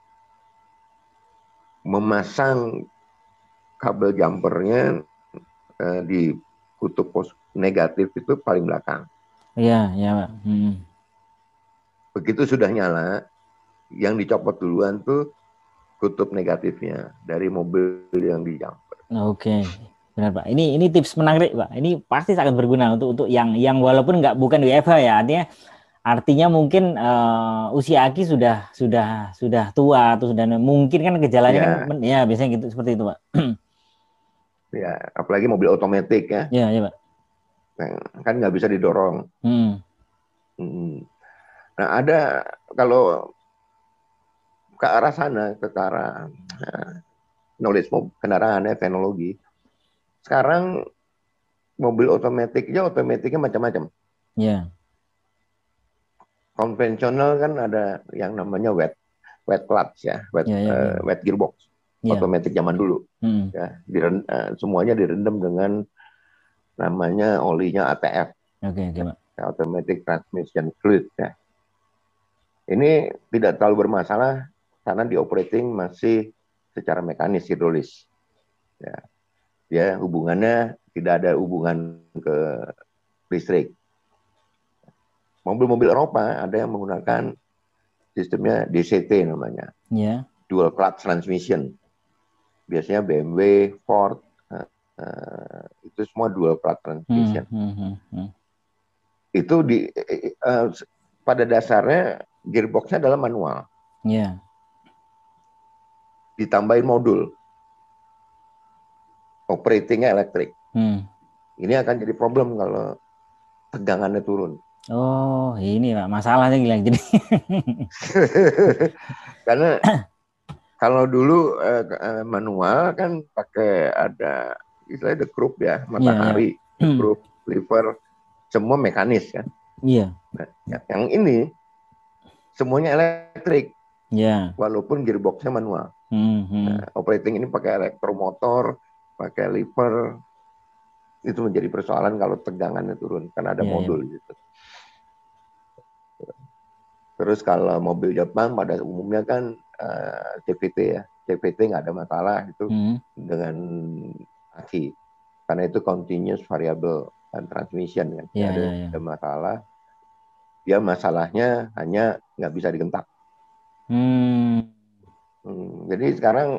memasang kabel jumpernya di kutub negatif itu paling belakang. Iya Pak. Begitu sudah nyala, yang dicopot duluan tuh kutub negatifnya dari mobil yang di jumper. Oke. Benar Pak. Ini tips menarik Pak. Ini pasti sangat berguna untuk yang walaupun bukan WFH ya, artinya mungkin usia Aki sudah tua atau sudah mungkin kan gejalanya kan ya biasanya gitu seperti itu Pak. Ya, apalagi mobil otomatis ya. Iya Pak. Kan nggak bisa didorong. Nah ada kalau ke arah sana, ke arah knowledge kendaraannya, teknologi. Sekarang mobil otomatiknya macam-macam. Iya. Konvensional kan ada yang namanya wet clutch ya, wet gearbox, otomatis zaman dulu. Ya, semuanya direndam dengan namanya olinya ATF. Automatic Transmission Fluid ya. Ini tidak terlalu bermasalah karena di operating masih secara mekanis hidrolis. Ya. Dia hubungannya tidak ada hubungan ke listrik. Mobil-mobil Eropa ada yang menggunakan sistemnya DCT namanya. Dual clutch transmission. Biasanya BMW, Ford, itu semua dual clutch transmission. Itu pada dasarnya gearboxnya adalah manual. Ditambahin modul. Operatingnya elektrik. Ini akan jadi problem kalau tegangannya turun. Oh, ini Pak, masalahnya gila jadi. Karena kalau dulu manual kan pakai ada istilahnya the croup ya, matahari, the croup, lever, semua mekanis kan. Iya. Nah, yang ini semuanya elektrik. Walaupun gearboxnya manual. Nah, operating ini pakai elektromotor, pakai lever, itu menjadi persoalan kalau tegangannya turun karena ada modul gitu. Terus kalau mobil Jepang pada umumnya kan CVT ya, CVT nggak ada masalah itu dengan aki, karena itu continuous variable transmission kan, ada masalah. Dia masalahnya hanya nggak bisa digentak. Jadi sekarang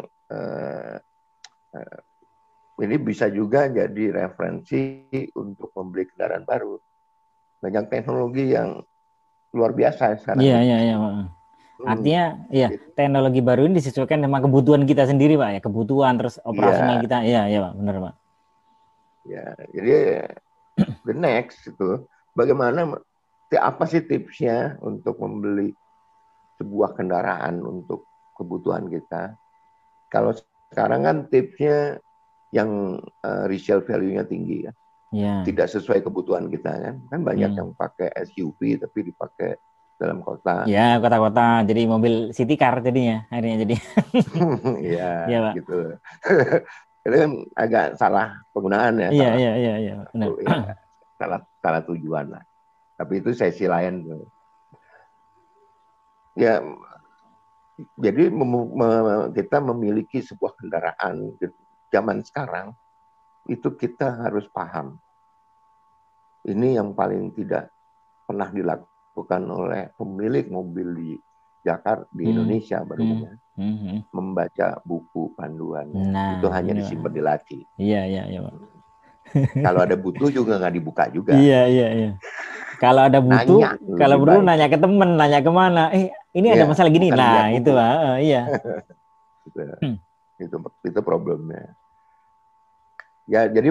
ini bisa juga jadi referensi untuk membeli kendaraan baru. Banyak teknologi yang luar biasa sekarang. Iya. Artinya ya teknologi baru ini disesuaikan sama kebutuhan kita sendiri Pak ya, kebutuhan terus operasional kita. Iya Pak, benar Pak. Ya, jadi the next itu bagaimana, apa sih tipsnya untuk membeli sebuah kendaraan untuk kebutuhan kita? Kalau sekarang kan tipsnya yang resale value-nya tinggi ya. Tidak sesuai kebutuhan kita kan banyak yang pakai SUV tapi dipakai dalam kota. Ya, kota-kota jadi mobil city car jadinya akhirnya jadi. Iya, Pak. Gitu. Itu kan agak salah penggunaan ya. Iya, benar. Ya, salah tujuan lah. Tapi itu sesi lain. Ya, jadi kita memiliki sebuah kendaraan di zaman sekarang itu kita harus paham. Ini yang paling tidak pernah dilakukan oleh pemilik mobil di Jakarta, di Indonesia barunya, membaca buku panduan. Itu hanya disimpan di laci. Iya. Kalau ada butuh juga nggak dibuka juga. Iya. Kalau ada butuh, kalau perlu nanya ke temen, nanya kemana? Ini ada masalah gini. Nah, itu Pak. Iya. Itu problemnya. Ya, jadi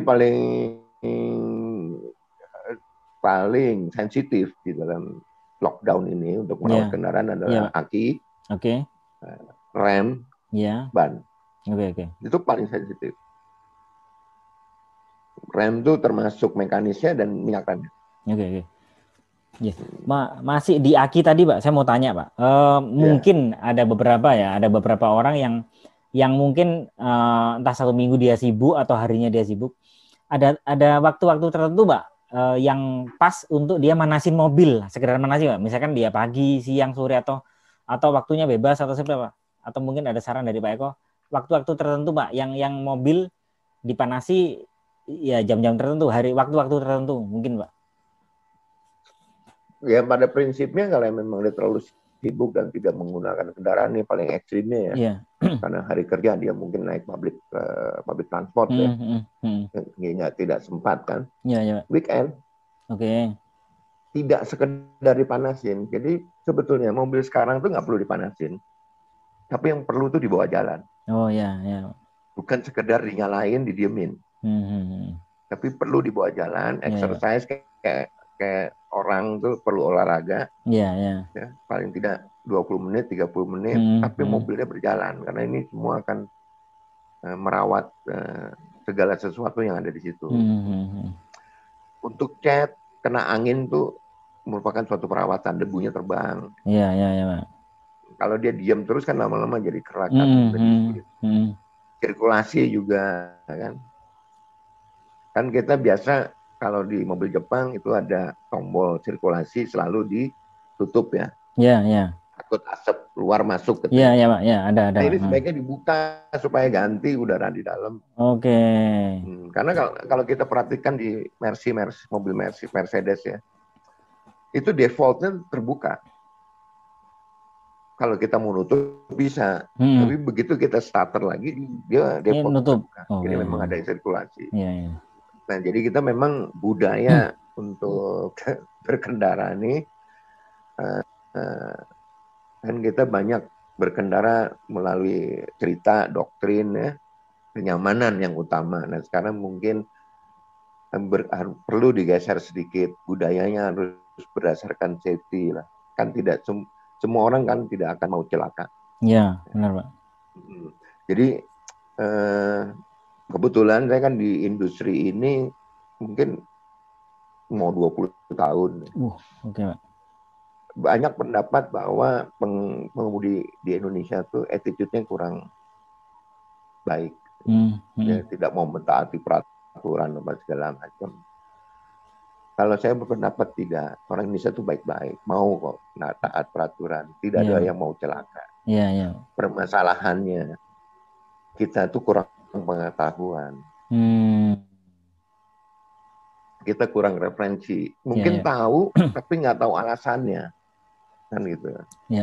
paling sensitif di dalam lockdown ini untuk merawat kendaraan adalah aki, rem, ban. Itu paling sensitif. Rem itu termasuk mekanisnya dan minyak remnya. Masih di aki tadi Pak, saya mau tanya Pak. Mungkin ada beberapa orang yang mungkin entah satu minggu dia sibuk atau harinya dia sibuk. Ada waktu-waktu tertentu Pak yang pas untuk dia manasin mobil, sekedar manasin Pak. Misalkan dia pagi, siang, sore atau waktunya bebas atau seperti apa? Atau mungkin ada saran dari Pak Eko, waktu-waktu tertentu Pak yang mobil dipanasi ya jam-jam tertentu, waktu-waktu tertentu mungkin Pak. Ya pada prinsipnya kalau memang dia terlalu sibuk dan tidak menggunakan kendaraan, ini paling ekstrimnya ya. Karena hari kerja dia mungkin naik public transport ya, tidak sempat kan. Weekend. Tidak sekedar dipanasin. Jadi sebetulnya mobil sekarang tuh nggak perlu dipanasin, tapi yang perlu tuh dibawa jalan. Bukan sekedar dinyalain, didiemin. Tapi perlu dibawa jalan, exercise kayak orang tuh perlu olahraga. Ya, paling tidak 20 menit, 30 menit, tapi mobilnya berjalan karena ini semua akan merawat segala sesuatu yang ada di situ. Untuk cat kena angin tuh merupakan suatu perawatan, debunya terbang. Iya. Kalau dia diam terus kan lama-lama jadi kerak kan. Sirkulasi juga kan. Kan kita biasa kalau di mobil Jepang itu ada tombol sirkulasi selalu ditutup ya. Iya. Takut asap keluar masuk ke. Iya Pak, ya ada. Nah, ini sebaiknya dibuka supaya ganti udara di dalam. Karena kalau kita perhatikan di mobil Mercedes ya, itu defaultnya terbuka. Kalau kita mau nutup bisa, tapi begitu kita starter lagi dia default terbuka. Jadi memang ada sirkulasi. Nah, jadi kita memang budaya untuk berkendara ini kan kita banyak berkendara melalui cerita, doktrin ya, kenyamanan yang utama. Nah, sekarang mungkin perlu digeser sedikit, budayanya harus berdasarkan safety lah. Kan tidak semua orang kan tidak akan mau celaka. Iya, benar Pak. Jadi kebetulan saya kan di industri ini mungkin mau 20 tahun. Oke, Pak. Banyak pendapat bahwa pengemudi di Indonesia tuh attitude-nya kurang baik. Ya, tidak mau mentaati peraturan apa segala macam. Kalau saya berpendapat tidak, orang Indonesia itu baik-baik, mau kok taat peraturan, tidak ada yang mau celaka. Permasalahannya kita tuh kurang pengetahuan, kita kurang referensi, mungkin tahu tapi nggak tahu alasannya, kan gitu.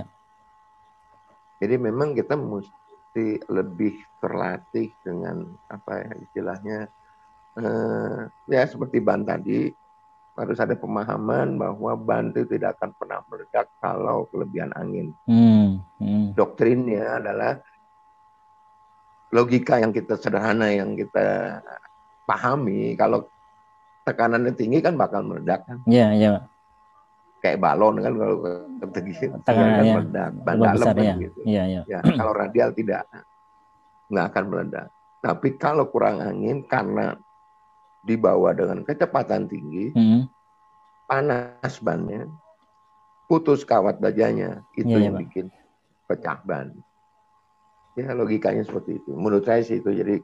Jadi memang kita mesti lebih terlatih dengan apa ya istilahnya, ya seperti ban tadi. Harus ada pemahaman bahwa ban itu tidak akan pernah meledak kalau kelebihan angin. Doktrinnya adalah logika yang kita sederhana, yang kita pahami. Kalau tekanannya tinggi kan bakal meledak kan. Iya. Kayak balon kan, kalau ketinggian kan meledak. Ban dalam kan gitu. Iya. Ya, kalau radial nggak akan meledak. Tapi kalau kurang angin karena dibawa dengan kecepatan tinggi, panas bannya, putus kawat bajanya, itu yang bikin pecah ban. Ya logikanya seperti itu. Menurut saya sih itu. Jadi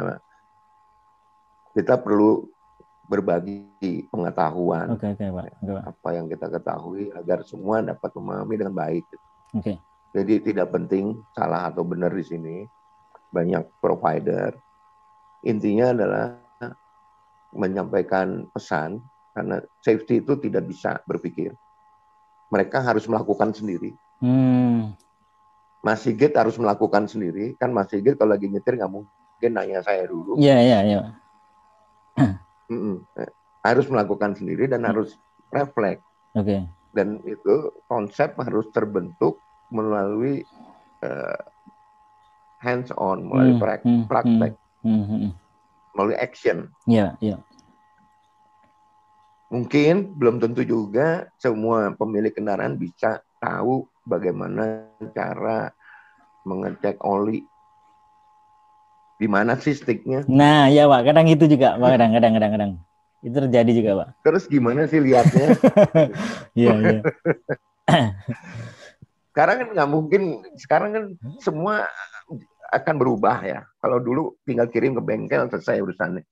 kita perlu berbagi pengetahuan, apa yang kita ketahui agar semua dapat memahami dengan baik. Jadi tidak penting salah atau benar di sini. Banyak provider. Intinya adalah menyampaikan pesan, karena safety itu tidak bisa berpikir. Mereka harus melakukan sendiri. Mas Sigit harus melakukan sendiri. Kan Mas Sigit kalau lagi nyetir nggak mungkin nanya saya dulu. Iya. Harus melakukan sendiri dan harus refleks. Dan itu konsep harus terbentuk melalui hands on, melalui praktek. Melalui action. Iya. Mungkin belum tentu juga semua pemilik kendaraan bisa tahu bagaimana cara mengecek oli. Di mana sih sticknya? Nah, ya Pak, kadang itu juga, Pak, kadang. Itu terjadi juga, Pak. Terus gimana sih lihatnya? Iya. Sekarang kan nggak mungkin, sekarang kan semua akan berubah ya. Kalau dulu tinggal kirim ke bengkel, selesai urusannya.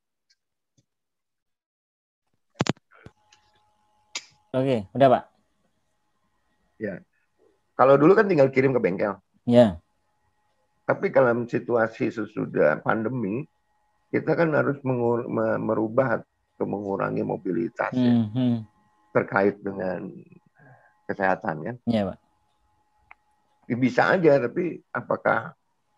Oke, udah Pak. Ya, kalau dulu kan tinggal kirim ke bengkel. Ya. Tapi kalau situasi sesudah pandemi, kita kan harus merubah atau mengurangi mobilitas ya, terkait dengan kesehatan kan. Iya Pak. Bisa aja, tapi apakah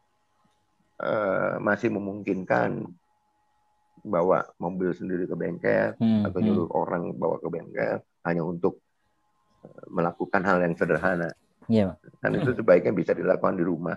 masih memungkinkan bawa mobil sendiri ke bengkel atau nyuruh orang bawa ke bengkel hanya untuk melakukan hal yang sederhana. Iya, Pak. Dan itu sebaiknya bisa dilakukan di rumah.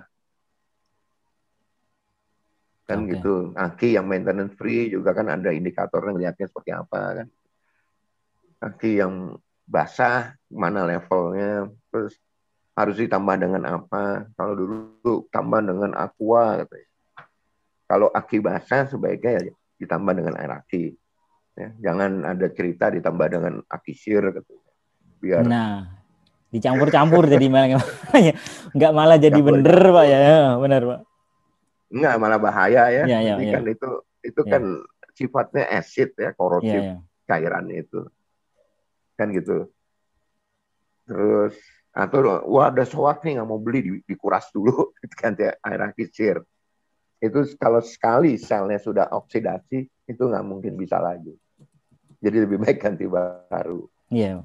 Kan gitu. Aki yang maintenance free juga kan ada indikatornya, ngelihatnya seperti apa kan. Aki yang basah mana levelnya, terus harus ditambah dengan apa. Kalau dulu tambah dengan aqua katanya. Kalau aki basah sebaiknya ya ditambah dengan air aki. Ya, jangan ada cerita ditambah dengan aki sir gitu. Biar dicampur-campur jadi malah nggak malah jadi bener Pak ya. Benar Pak. Enggak, malah bahaya ya. Iya. Kan itu kan sifatnya acid ya, korosif cairan itu. Kan gitu. Terus atau wah ada soak nih nggak mau beli, dikuras dulu ganti air aki sir. Itu kalau sekali selnya sudah oksidasi itu nggak mungkin bisa lagi. Jadi lebih baik ganti baru. Iya.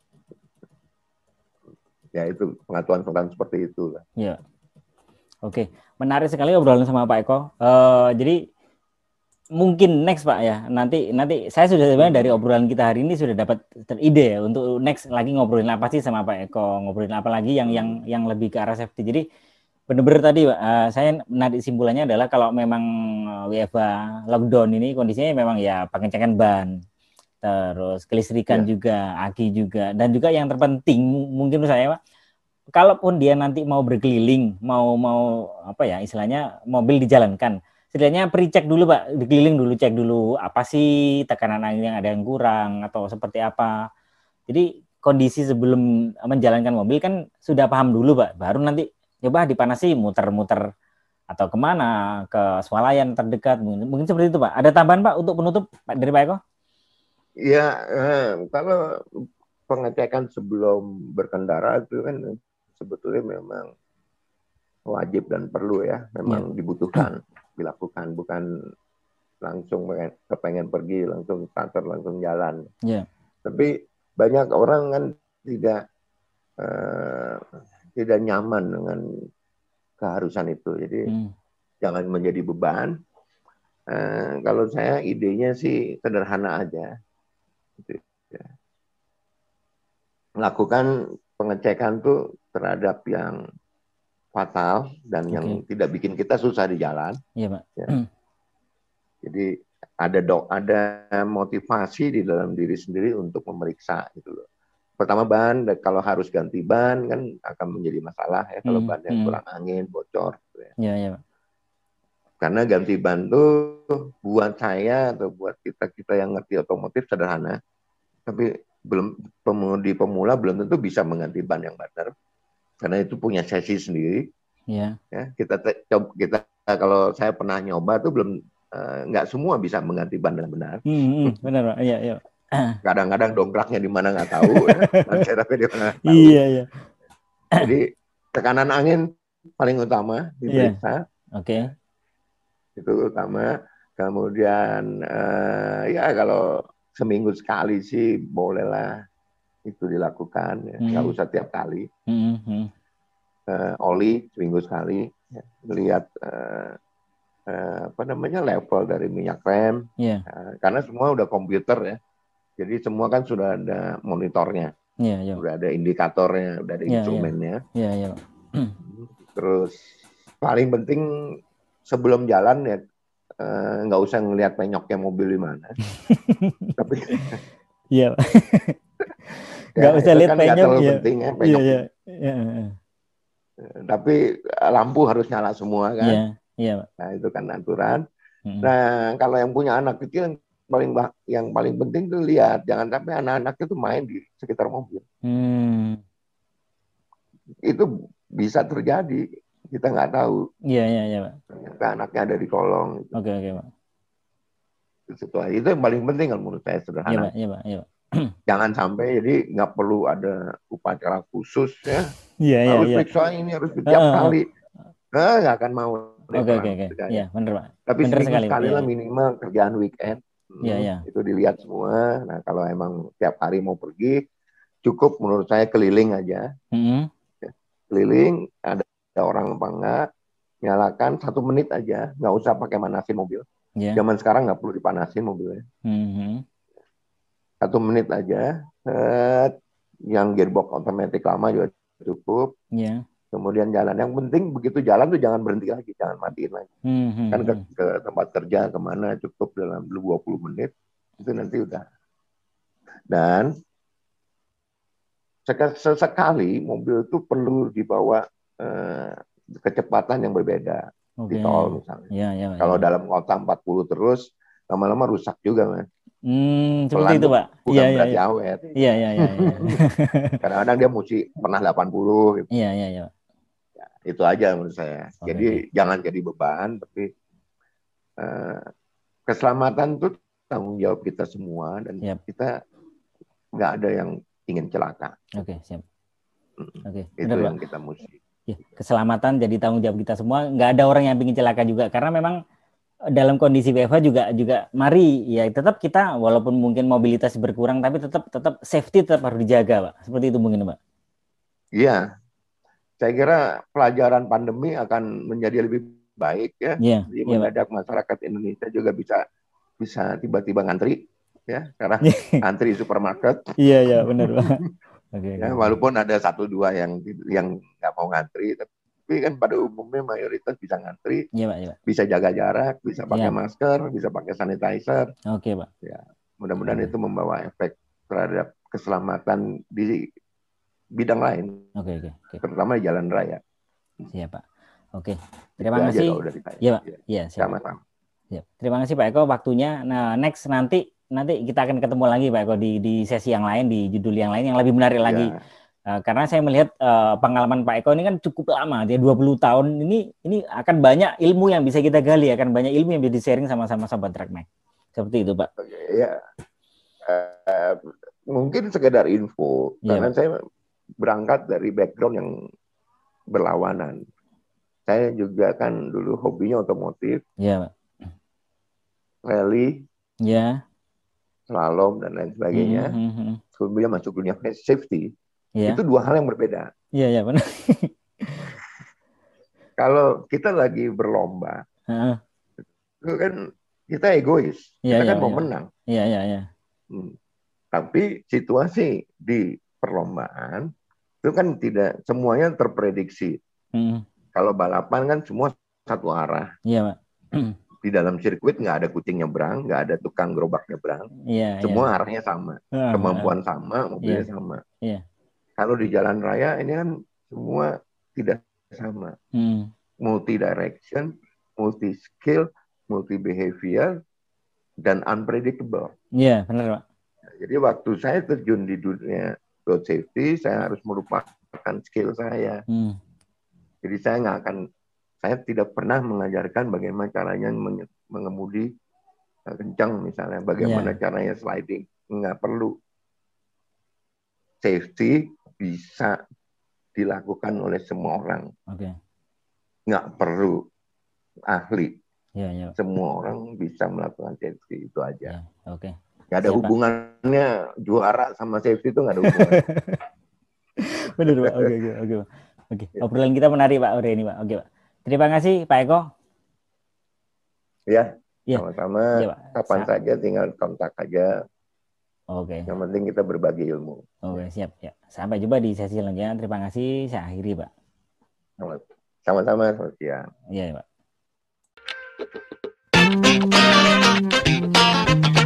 Ya itu pengetahuan seperti itu. Iya. Oke, menarik sekali obrolan sama Pak Eko. Jadi mungkin next Pak ya. Nanti saya sudah sebenarnya dari obrolan kita hari ini sudah dapat ide ya untuk next lagi ngobrolin apa sih sama Pak Eko, ngobrolin apa lagi yang lebih ke arah safety. Jadi benar-benar tadi Pak, saya menarik simpulannya adalah kalau memang WFH lockdown ini kondisinya memang ya pengecekan ban, terus kelistrikan juga, aki juga, dan juga yang terpenting mungkin menurut saya Pak, kalaupun dia nanti mau berkeliling, mau apa ya istilahnya mobil dijalankan, setidaknya pre-check dulu Pak, dikeliling dulu, cek dulu apa sih tekanan angin yang ada yang kurang atau seperti apa. Jadi kondisi sebelum menjalankan mobil kan sudah paham dulu Pak, baru nanti coba dipanasi muter-muter atau kemana, ke swalayan terdekat, mungkin seperti itu Pak. Ada tambahan Pak untuk penutup Pak, dari Pak Eko? Ya, kalau pengecekan sebelum berkendara itu kan sebetulnya memang wajib dan perlu ya, memang dibutuhkan dilakukan, bukan langsung kepengen pergi langsung starter langsung jalan. Tapi banyak orang kan tidak nyaman dengan keharusan itu, jadi jangan menjadi beban. Kalau saya idenya sih sederhana aja, gitu, ya. Melakukan pengecekan tuh terhadap yang fatal dan yang tidak bikin kita susah di jalan. Iya Pak. Ya. Jadi ada motivasi di dalam diri sendiri untuk memeriksa gitu loh. Pertama ban, kalau harus ganti ban kan akan menjadi masalah ya kalau bannya kurang angin, bocor. Gitu ya. Iya. Karena ganti ban tuh buat saya atau buat kita yang ngerti otomotif sederhana, tapi pengemudi pemula belum tentu bisa mengganti ban yang benar, karena itu punya sesi sendiri. Ya, kita kalau saya pernah nyoba tuh belum nggak semua bisa mengganti ban dengan benar. Benar Pak. Iya. Kadang-kadang dongkraknya di mana nggak tahu, ya. Tapi di mana nggak tahu. Iya. Jadi tekanan angin paling utama diperiksa. Oke. Itu utama. Kemudian ya kalau seminggu sekali sih bolehlah itu dilakukan, ya. Nggak usah tiap kali. Oli seminggu sekali, ya. Melihat level dari minyak rem, karena semua udah komputer ya, jadi semua kan sudah ada monitornya, sudah ada indikatornya, sudah ada instrumennya. Terus paling penting sebelum jalan ya nggak usah ngelihat penyoknya mobil di mana. Tapi nggak usah lihat kan penyok. Penting ya penyok. Tapi lampu harus nyala semua kan. Nah itu kan aturan. Nah kalau yang punya anak kecil yang paling penting tuh lihat, jangan sampai anak-anak itu main di sekitar mobil. Itu bisa terjadi, kita nggak tahu. Iya. Ternyata anaknya ada di kolong. Oke Pak. Itu yang paling penting kalau menurut saya, sederhana. Iya Pak. Jangan sampai jadi nggak perlu ada upacara khusus ya. Harus periksa ini, harus setiap kali. Nggak akan mau. Oke. Iya benar Pak. Tapi seminggu sekali lah minimal kerjaan weekend. Itu dilihat semua. Nah kalau emang tiap hari mau pergi, cukup menurut saya keliling aja. Keliling, ada orang apa enggak, nyalakan 1 menit aja, nggak usah pakai manasin mobil. Zaman sekarang nggak perlu dipanasin mobilnya. 1 menit aja. Yang gearbox otomatis lama juga cukup. Kemudian jalan. Yang penting begitu jalan tuh jangan berhenti lagi, jangan matiin lagi. Kan ke tempat kerja kemana cukup dalam 20 menit itu nanti udah. Dan sesekali mobil itu perlu dibawa kecepatan yang berbeda di tol misalnya. Kalau dalam kota 40 terus lama-lama rusak juga Mas. Seperti itu Pak. Bukan berarti awet. Iya. Kadang-kadang dia mesti pernah 80 gitu. Iya. Ya, itu aja menurut saya. Jadi jangan jadi beban, tapi keselamatan itu tanggung jawab kita semua dan kita nggak ada yang ingin celaka. Siap. Itu benar, yang kita mesti. Keselamatan jadi tanggung jawab kita semua. Nggak ada orang yang ingin celaka juga, karena memang dalam kondisi WFH juga mari ya tetap kita walaupun mungkin mobilitas berkurang tapi tetap safety tetap harus dijaga Pak. Seperti itu mungkin Pak. Iya. Saya kira pelajaran pandemi akan menjadi lebih baik ya. Jadi mendadak masyarakat Indonesia juga bisa tiba-tiba ngantri ya, karena antri supermarket. Iya benar Pak. Ya, walaupun ada 1-2 yang nggak mau ngantri, tapi kan pada umumnya mayoritas bisa ngantri, Pak. Bisa jaga jarak, bisa pakai masker, bisa pakai sanitizer. Pak. Ya, mudah-mudahan itu membawa efek terhadap keselamatan di bidang lain. Terutama di jalan raya. Siap Pak. Terima kasih. Iya, Pak. Iya, sama-sama. Ya. Terima kasih Pak Eko waktunya. Nah, next nanti kita akan ketemu lagi Pak Eko di sesi yang lain, di judul yang lain yang lebih menarik lagi. Karena saya melihat pengalaman Pak Eko ini kan cukup lama, dia 20 tahun. Ini akan banyak ilmu yang bisa kita gali, akan banyak ilmu yang bisa di-sharing sama-sama Sobat TrackMac. Seperti itu, Pak. Ya. Mungkin sekedar info, karena saya berangkat dari background yang berlawanan. Saya juga kan dulu hobinya otomotif. Iya, Pak. Rally, slalom dan lain sebagainya. Kemudian masuk dunia safety. Itu dua hal yang berbeda. Iya, benar. Kalau kita lagi berlomba, itu kan kita egois, kita kan mau menang. Iya. Tapi situasi di perlombaan itu kan tidak semuanya terprediksi. Kalau balapan kan semua satu arah. Iya, Pak. Di dalam sirkuit nggak ada kucing nyebrang, nggak ada tukang gerobak nyebrang. Semua arahnya sama, kemampuan sama, mobilnya sama. Kalau di jalan raya ini kan semua tidak sama. Multi direction, multi skill, multi behavior, dan unpredictable. Iya, benar, Pak. Jadi waktu saya terjun di dunia road safety, saya harus melupakan skill saya. Jadi saya tidak pernah mengajarkan bagaimana caranya mengemudi kencang misalnya, bagaimana caranya sliding. Nggak perlu. Safety bisa dilakukan oleh semua orang. Nggak perlu ahli. Semua orang bisa melakukan safety, itu aja. Nggak ada hubungannya juara sama safety, itu nggak ada hubungan. Benar, Pak. Oke. Obrolan kita menarik, Pak, hari ini, Pak. Oke, Pak. Terima kasih, Pak Eko. Ya, sama-sama. Kapan saja tinggal kontak aja. Yang penting kita berbagi ilmu. Siap. Ya. Sampai jumpa di sesi selanjutnya. Terima kasih. Saya akhiri, Pak. Sama-sama. Selamat siang. Iya, Pak.